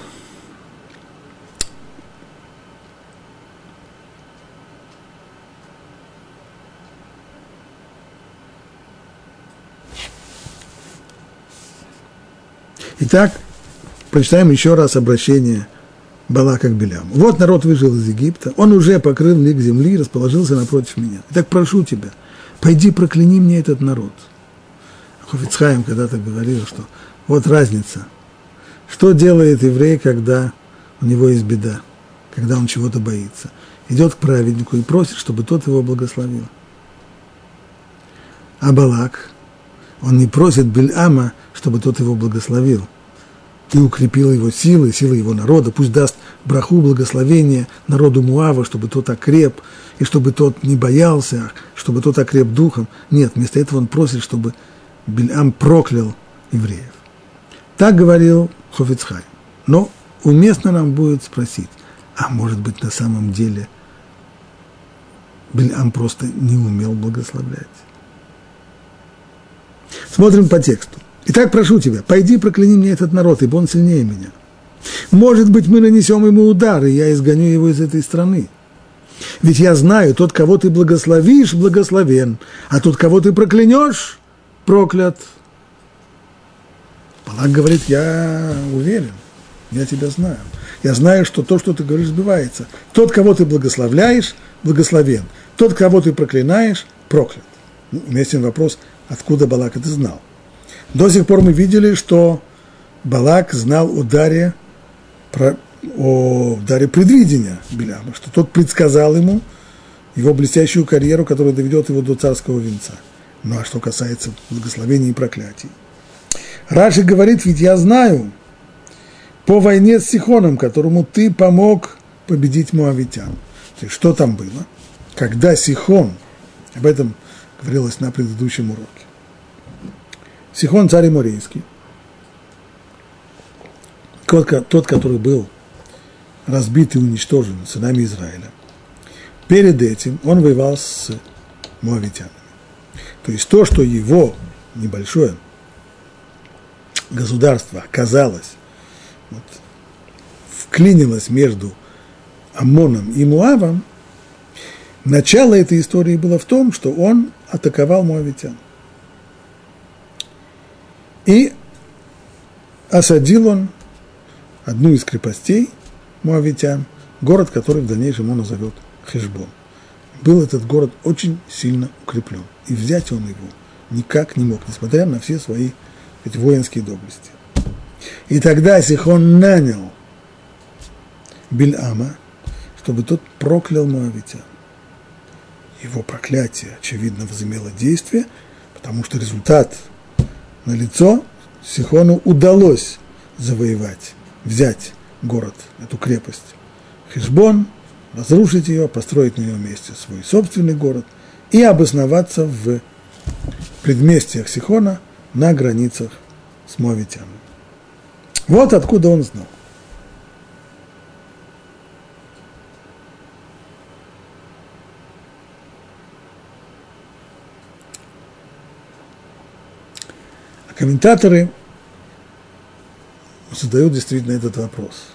Итак, прочитаем еще раз обращение Балака к Биляму. Вот народ вышел из Египта, он уже покрыл лик земли и расположился напротив меня. Итак, прошу тебя, пойди прокляни мне этот народ. Хофец Хаим когда-то говорил, что вот разница. Что делает еврей, когда у него есть беда, когда он чего-то боится? Идет к праведнику и просит, чтобы тот его благословил. А Балак, он не просит Бильама, чтобы тот его благословил и укрепил его силы, силы его народа, пусть даст браху, благословение народу Муава, чтобы тот окреп, и чтобы тот не боялся, чтобы тот окреп духом. Нет, вместо этого он просит, чтобы Бильам проклял евреев. Так говорил Хофец Хаим. Но уместно нам будет спросить, а может быть на самом деле Бильам просто не умел благословлять? Смотрим по тексту. Итак, прошу тебя, пойди прокляни мне этот народ, ибо он сильнее меня. Может быть, мы нанесем ему удар, и я изгоню его из этой страны. Ведь я знаю, тот, кого ты благословишь, благословен, а тот, кого ты проклянешь, проклят. Балак говорит, я уверен, я тебя знаю. Я знаю, что то, что ты говоришь, сбывается. Тот, кого ты благословляешь, благословен. Тот, кого ты проклинаешь, проклят. Ну, уместен вопрос, откуда Балак это знал. До сих пор мы видели, что Балак знал о даре, про, о даре предвидения Биляма, что тот предсказал ему его блестящую карьеру, которая доведет его до царского венца. Ну а что касается благословений и проклятий. Раши говорит, ведь я знаю по войне с Сихоном, которому ты помог победить моавитян. То есть, что там было? Когда Сихон, об этом говорилось на предыдущем уроке, Сихон царь Эморейский, тот, который был разбит и уничтожен сынами Израиля, перед этим он воевал с моавитянами. То есть то, что его небольшое государство оказалось, вот, вклинилось между Аммоном и Муавом, начало этой истории было в том, что он атаковал моавитян. И осадил он одну из крепостей моавитян, город, который в дальнейшем он назовет Хешбон. Был этот город очень сильно укреплен, и взять он его никак не мог, несмотря на все свои эти воинские доблести. И тогда Сихон нанял Бильама, чтобы тот проклял моавитян. Его проклятие, очевидно, возымело действие, потому что результат налицо, Сихону удалось завоевать, взять город, эту крепость Хешбон, разрушить ее, построить на ее месте свой собственный город и обосноваться в предместьях Сихона на границах с моавитянами. Вот откуда он знал. Комментаторы задают действительно этот вопрос.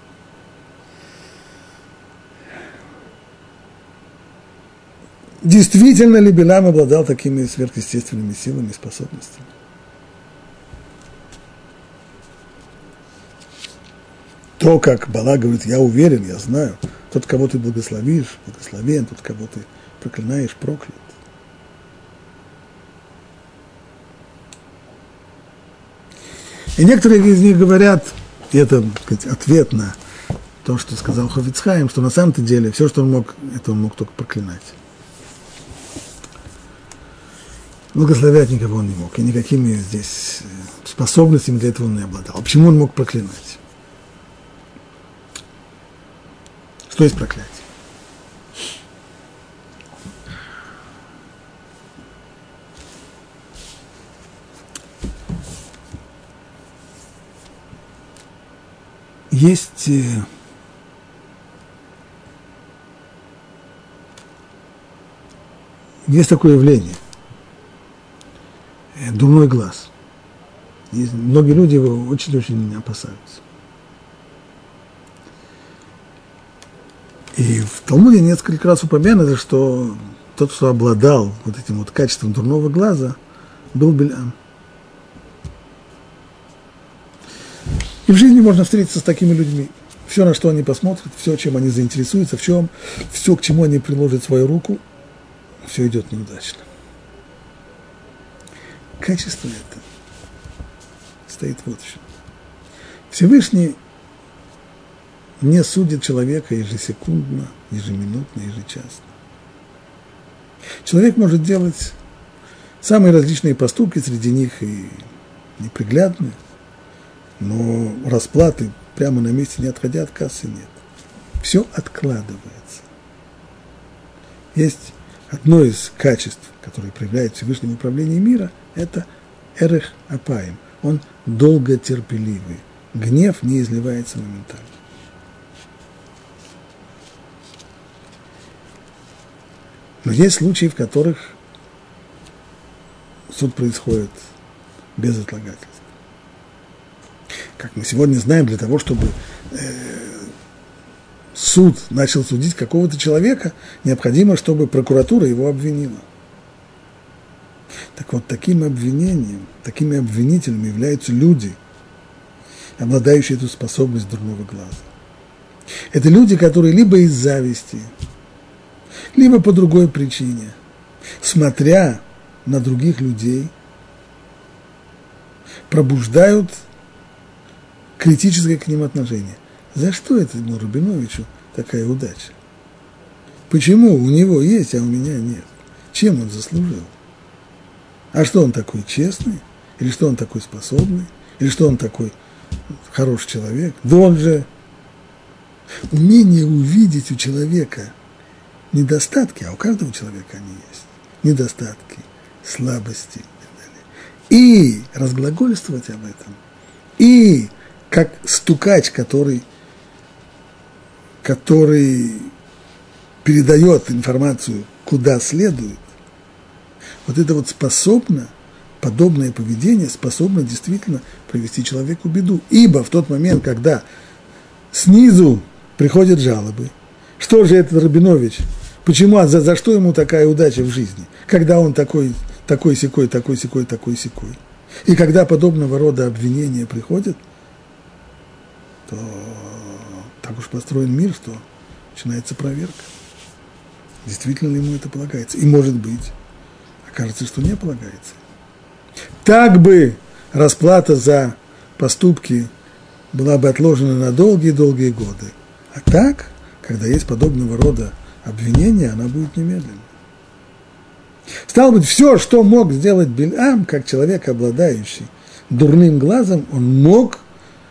Действительно ли Билам обладал такими сверхъестественными силами и способностями? То, как Балак говорит, я уверен, я знаю, тот, кого ты благословишь, благословен, тот, кого ты проклинаешь, проклят. И некоторые из них говорят, и это, так сказать, ответ на то, что сказал Хафец Хаим, что на самом-то деле все, что он мог, это он мог только проклинать. Благословлять никого он не мог, и никакими здесь способностями для этого он не обладал. А почему он мог проклинать? Что есть проклятие? Есть есть такое явление – дурной глаз. И многие люди его очень-очень опасаются. И в Талмуде несколько раз упомянуто, что тот, кто обладал вот этим вот качеством дурного глаза, был Билам. И в жизни можно встретиться с такими людьми. Все, на что они посмотрят, все, чем они заинтересуются, в чем, все, к чему они приложат свою руку, все идет неудачно. Качество это стоит вот в чем. Всевышний не судит человека ежесекундно, ежеминутно, ежечасно. Человек может делать самые различные поступки, среди них и неприглядные, но расплаты прямо на месте, не отходя от кассы, нет. Все откладывается. Есть одно из качеств, которое проявляет Всевышнее управление мира, это эрех апаим. Он долготерпеливый. Гнев не изливается моментально. Но есть случаи, в которых суд происходит без отлагательств. Как мы сегодня знаем, для того, чтобы э, суд начал судить какого-то человека, необходимо, чтобы прокуратура его обвинила. Так вот, таким обвинением, такими обвинителями являются люди, обладающие эту способность дурного глаза. Это люди, которые либо из зависти, либо по другой причине, смотря на других людей, пробуждают критическое к ним отношение. За что этому Рабиновичу такая удача? Почему у него есть, а у меня нет? Чем он заслужил? А что он такой честный? Или что он такой способный? Или что он такой хороший человек? Да он же умение увидеть у человека недостатки, а у каждого человека они есть. Недостатки, слабости и так далее. И разглагольствовать об этом. И как стукач, который, который передает информацию куда следует, вот это вот способно, подобное поведение способно действительно привести человеку в беду. Ибо в тот момент, когда снизу приходят жалобы, что же этот Рабинович, почему, а за, за что ему такая удача в жизни, когда он такой, такой сякой, такой сякой, такой сякой. И когда подобного рода обвинения приходят, то так уж построен мир, что начинается проверка. Действительно ли ему это полагается? И может быть, окажется, что не полагается. Так бы расплата за поступки была бы отложена на долгие-долгие годы. А так, когда есть подобного рода обвинения, она будет немедленно. Стало быть, все, что мог сделать Бильам, как человек, обладающий дурным глазом, он мог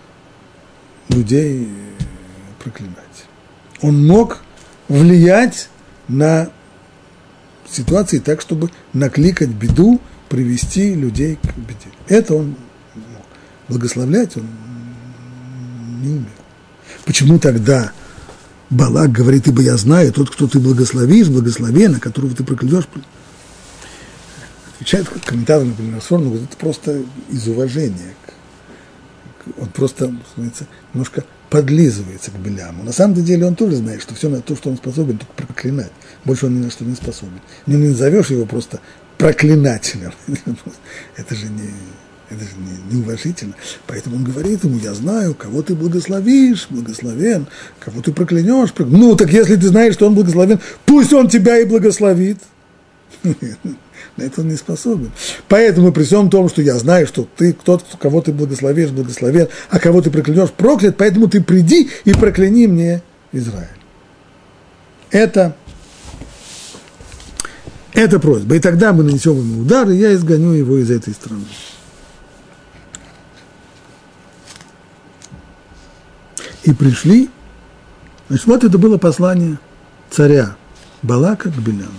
людей проклинать. Он мог влиять на ситуации так, чтобы накликать беду, привести людей к беде. Это он мог. Благословлять он не умел. Почему тогда Балак говорит, ибо я знаю, тот, кто ты благословишь, благословен, а которого ты проклянешь? Отвечает комментатор, например, Сорну, говорит, это просто из уважения. Он просто, становится, немножко подлизывается к Биляму. На самом деле он тоже знает, что все на то, что он способен, только проклинать. Больше он ни на что не способен. Не назовешь его просто проклинателем. Это же не, это же не, неуважительно. Поэтому он говорит ему, я знаю, кого ты благословишь, благословен, кого ты проклянешь. Прокля... Ну, так если ты знаешь, что он благословен, пусть он тебя и благословит. На это он не способен. Поэтому при всем том, что я знаю, что ты, тот, кого ты благословишь, благословен, а кого ты проклянешь, проклят, поэтому ты приди и прокляни мне Израиль. Это, это просьба. И тогда мы нанесем ему удар, и я изгоню его из этой страны. И пришли, значит, вот это было послание царя Балака к Биляму.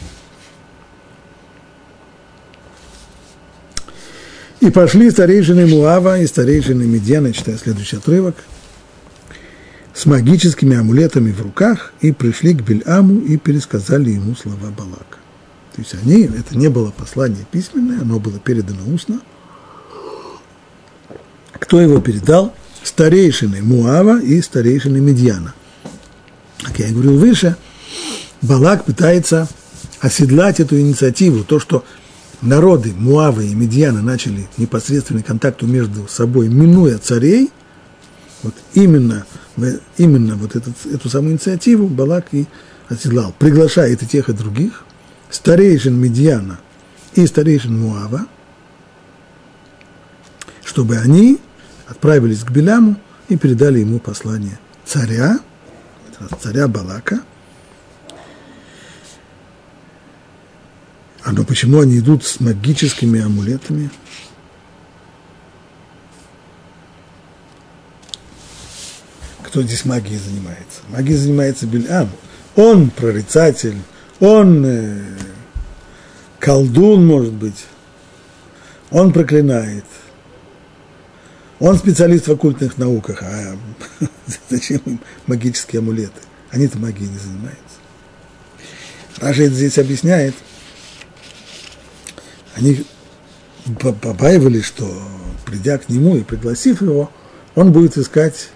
И пошли старейшины Муава и старейшины Медьяна, читаю следующий отрывок, с магическими амулетами в руках, и пришли к Бильаму и пересказали ему слова Балака. То есть они, это не было послание письменное, оно было передано устно. Кто его передал? Старейшины Муава и старейшины Медьяна. Как я и говорил выше, Балак пытается оседлать эту инициативу, то, что народы Муава и Медьяна начали непосредственный контакт между собой, минуя царей, вот именно, именно вот этот, эту самую инициативу Балак и оседлал, приглашает и тех, и других, старейшин Медьяна и старейшин Муава, чтобы они отправились к Биляму и передали ему послание царя, царя Балака. А но почему они идут с магическими амулетами? Кто здесь магией занимается? Магией занимается Билям. Он прорицатель, он э, колдун, может быть, он проклинает. Он специалист в оккультных науках, а зачем им магические амулеты? Они-то магией не занимаются. Раша это здесь объясняет. Они побаивались, что, придя к нему и пригласив его, он будет искать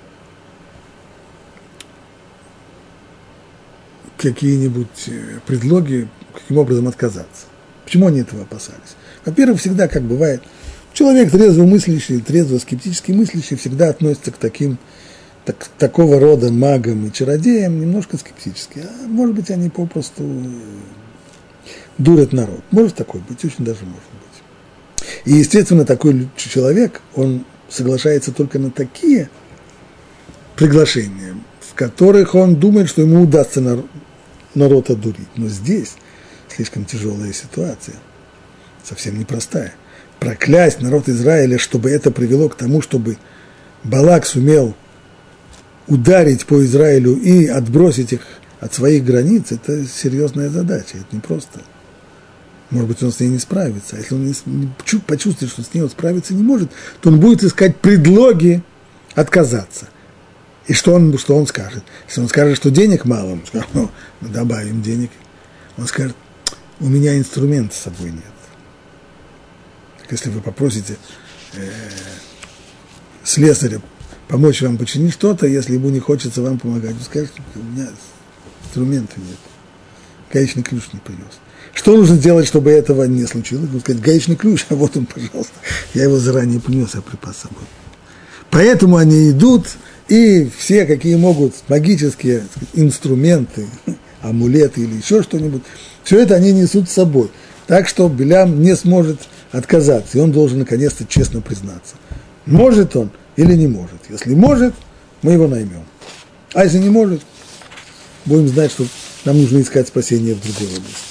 какие-нибудь предлоги, каким образом отказаться. Почему они этого опасались? Во-первых, всегда, как бывает, человек трезво мыслящий, трезво скептически мыслящий всегда относится к таким, так, такого рода магам и чародеям немножко скептически. А может быть, они попросту дурят народ. Может такое быть, очень даже может быть. И, естественно, такой человек, он соглашается только на такие приглашения, в которых он думает, что ему удастся народ, народ одурить. Но здесь слишком тяжелая ситуация, совсем непростая. Проклясть народ Израиля, чтобы это привело к тому, чтобы Балак сумел ударить по Израилю и отбросить их от своих границ, это серьезная задача, это непросто. Может быть, он с ней не справится. А если он не, почувствует, что с ней он справиться не может, то он будет искать предлоги отказаться. И что он, что он скажет? Если он скажет, что денег мало, он скажет, ну, добавим денег. Он скажет, у меня инструмента с собой нет. Так если вы попросите э, слесаря помочь вам починить что-то, если ему не хочется вам помогать, вы скажете, у меня инструмента нет. Гаечный ключ не принес. Что нужно сделать, чтобы этого не случилось? Нужно сказать, гаечный ключ, а вот он, пожалуйста. Я его заранее принес, я припас с собой. Поэтому они идут, и все, какие могут, магические так сказать, инструменты, амулеты или еще что-нибудь, все это они несут с собой. Так что Билям не сможет отказаться, и он должен наконец-то честно признаться. Может он или не может. Если может, мы его наймем. А если не может, будем знать, что нам нужно искать спасение в другой области.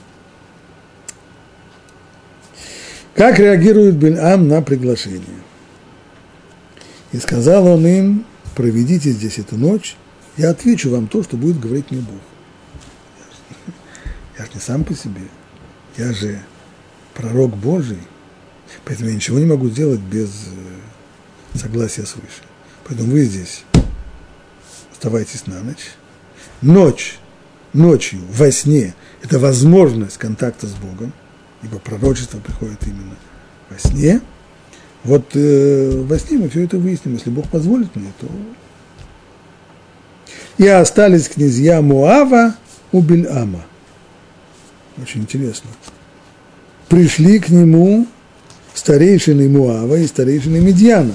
Как реагирует Бильам на приглашение? И сказал он им, проведите здесь эту ночь, я отвечу вам то, что будет говорить мне Бог. Я же не сам по себе, я же пророк Божий, поэтому я ничего не могу сделать без согласия свыше. Поэтому вы здесь оставайтесь на ночь. Ночь, ночью, во сне, это возможность контакта с Богом, ибо пророчество приходит именно во сне. Вот э, во сне мы все это выясним, если Бог позволит мне, то... И остались князья Муава у Бильама. Очень интересно. Пришли к нему старейшины Муава и старейшины Медьяна.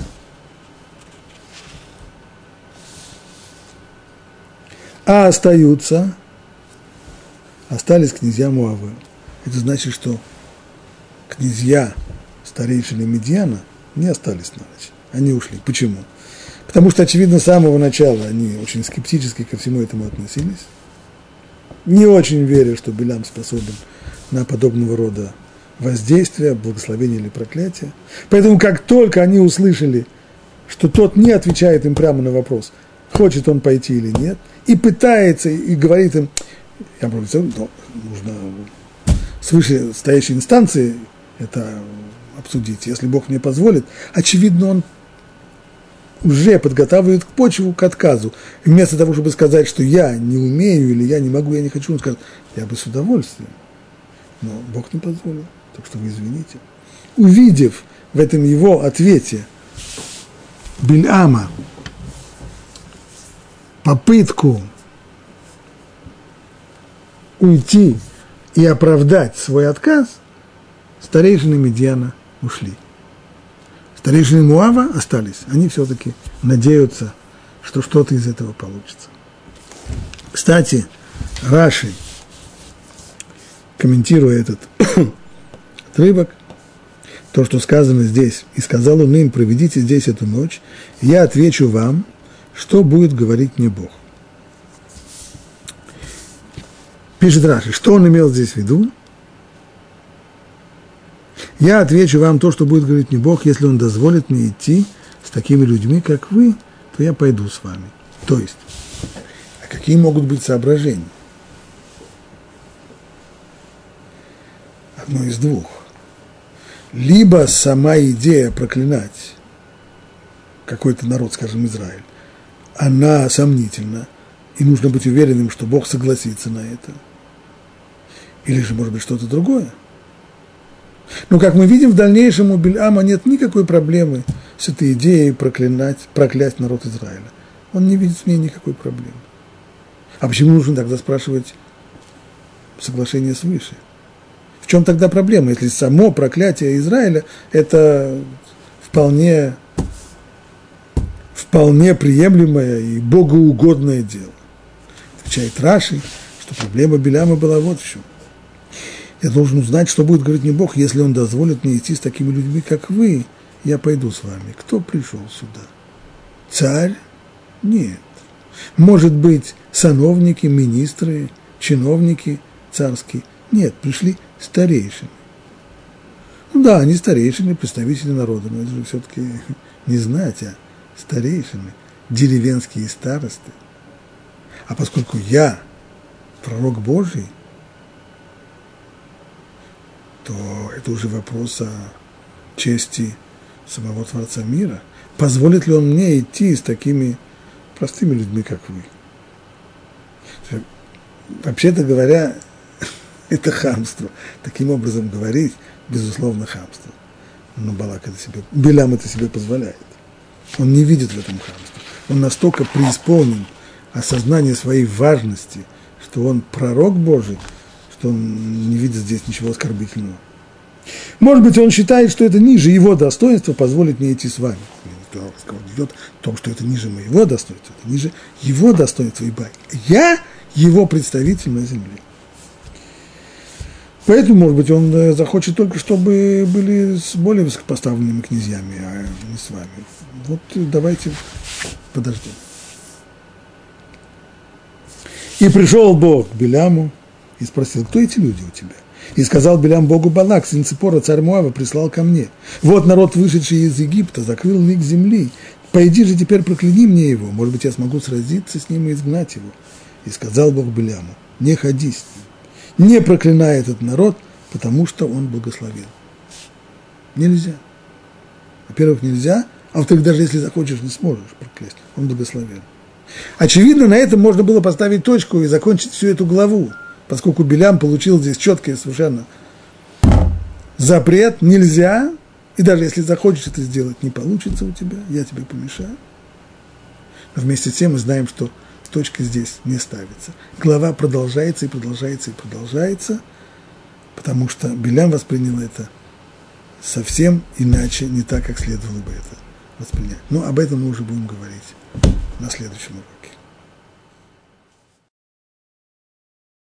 А остаются, остались князья Муава. это значит, что князья, старейшины Медьяна не остались на ночь. Они ушли. Почему? Потому что, очевидно, с самого начала они очень скептически ко всему этому относились. Не очень веря, что Билам способен на подобного рода воздействие, благословение или проклятие. Поэтому, как только они услышали, что тот не отвечает им прямо на вопрос, хочет он пойти или нет, и пытается, и говорит им, я просто, ну, нужно с вышестоящей инстанции это обсудить, если Бог мне позволит, очевидно, он уже подготавливает почву к отказу. И вместо того, чтобы сказать, что я не умею, или я не могу, я не хочу, он скажет, я бы с удовольствием, но Бог не позволил, так что вы извините. Увидев в этом его ответе Бильама попытку уйти и оправдать свой отказ, старейшины Медьяна ушли. Старейшины Муава остались. Они все-таки надеются, что что-то из этого получится. Кстати, Раши, комментируя этот отрывок, то, что сказано здесь, и сказал он им, проведите здесь эту ночь, и я отвечу вам, что будет говорить мне Бог. Пишет Раши, что он имел здесь в виду? Я отвечу вам то, что будет говорить мне Бог, если Он дозволит мне идти с такими людьми, как вы, то я пойду с вами. То есть, а какие могут быть соображения? Одно из двух. Либо сама идея проклинать какой-то народ, скажем, Израиль, она сомнительна, и нужно быть уверенным, что Бог согласится на это. Или же, может быть, что-то другое. Но, как мы видим, в дальнейшем у Бильама нет никакой проблемы с этой идеей проклинать, проклясть народ Израиля. Он не видит в ней никакой проблемы. А почему нужно тогда спрашивать соглашение свыше? В чем тогда проблема, если само проклятие Израиля – это вполне, вполне приемлемое и богоугодное дело? Отвечает Раши, что проблема Бильама была вот в чем. Я должен узнать, что будет говорить мне Бог, если Он дозволит мне идти с такими людьми, как вы, я пойду с вами. Кто пришел сюда? Царь? Нет. Может быть, сановники, министры, чиновники царские? Нет, пришли старейшины. Ну да, они старейшины, представители народа, но это же все-таки не знать, а старейшины, деревенские старосты. А поскольку я пророк Божий, то это уже вопрос о чести самого Творца мира. Позволит ли он мне идти с такими простыми людьми, как вы? Вообще-то говоря, это хамство. Таким образом говорить, безусловно, хамство. Но Балак это себе, Билам это себе позволяет. Он не видит в этом хамство. Он настолько преисполнен осознания своей важности, что он пророк Божий, что он не видит здесь ничего оскорбительного. Может быть, он считает, что это ниже его достоинства позволить мне идти с вами. Разговор идет о том, что это ниже моего достоинства, это ниже его достоинства, ибо я его представитель на земле. Поэтому, может быть, он захочет только, чтобы были с более высокопоставленными князьями, а не с вами. Вот давайте подождем. И пришел Бог к Биляму и спросил, кто эти люди у тебя? И сказал Билям Богу: Балак, сын Ципора, царь Моава, прислал ко мне. Вот народ, вышедший из Египта, закрыл лик земли. Пойди же теперь прокляни мне его, может быть, я смогу сразиться с ним и изгнать его. И сказал Бог Биляму: не ходи с ним, не проклинай этот народ, потому что он благословен. Нельзя. Во-первых, нельзя, а во-вторых, даже если захочешь, не сможешь проклясть, он благословен. Очевидно, на этом можно было поставить точку и закончить всю эту главу, поскольку Билям получил здесь четкий совершенно запрет, нельзя, и даже если захочешь это сделать, не получится у тебя, я тебе помешаю. Но вместе с тем мы знаем, что точка здесь не ставится. Глава продолжается и продолжается и продолжается, потому что Билям воспринял это совсем иначе, не так, как следовало бы это воспринять. Но об этом мы уже будем говорить на следующем уроке.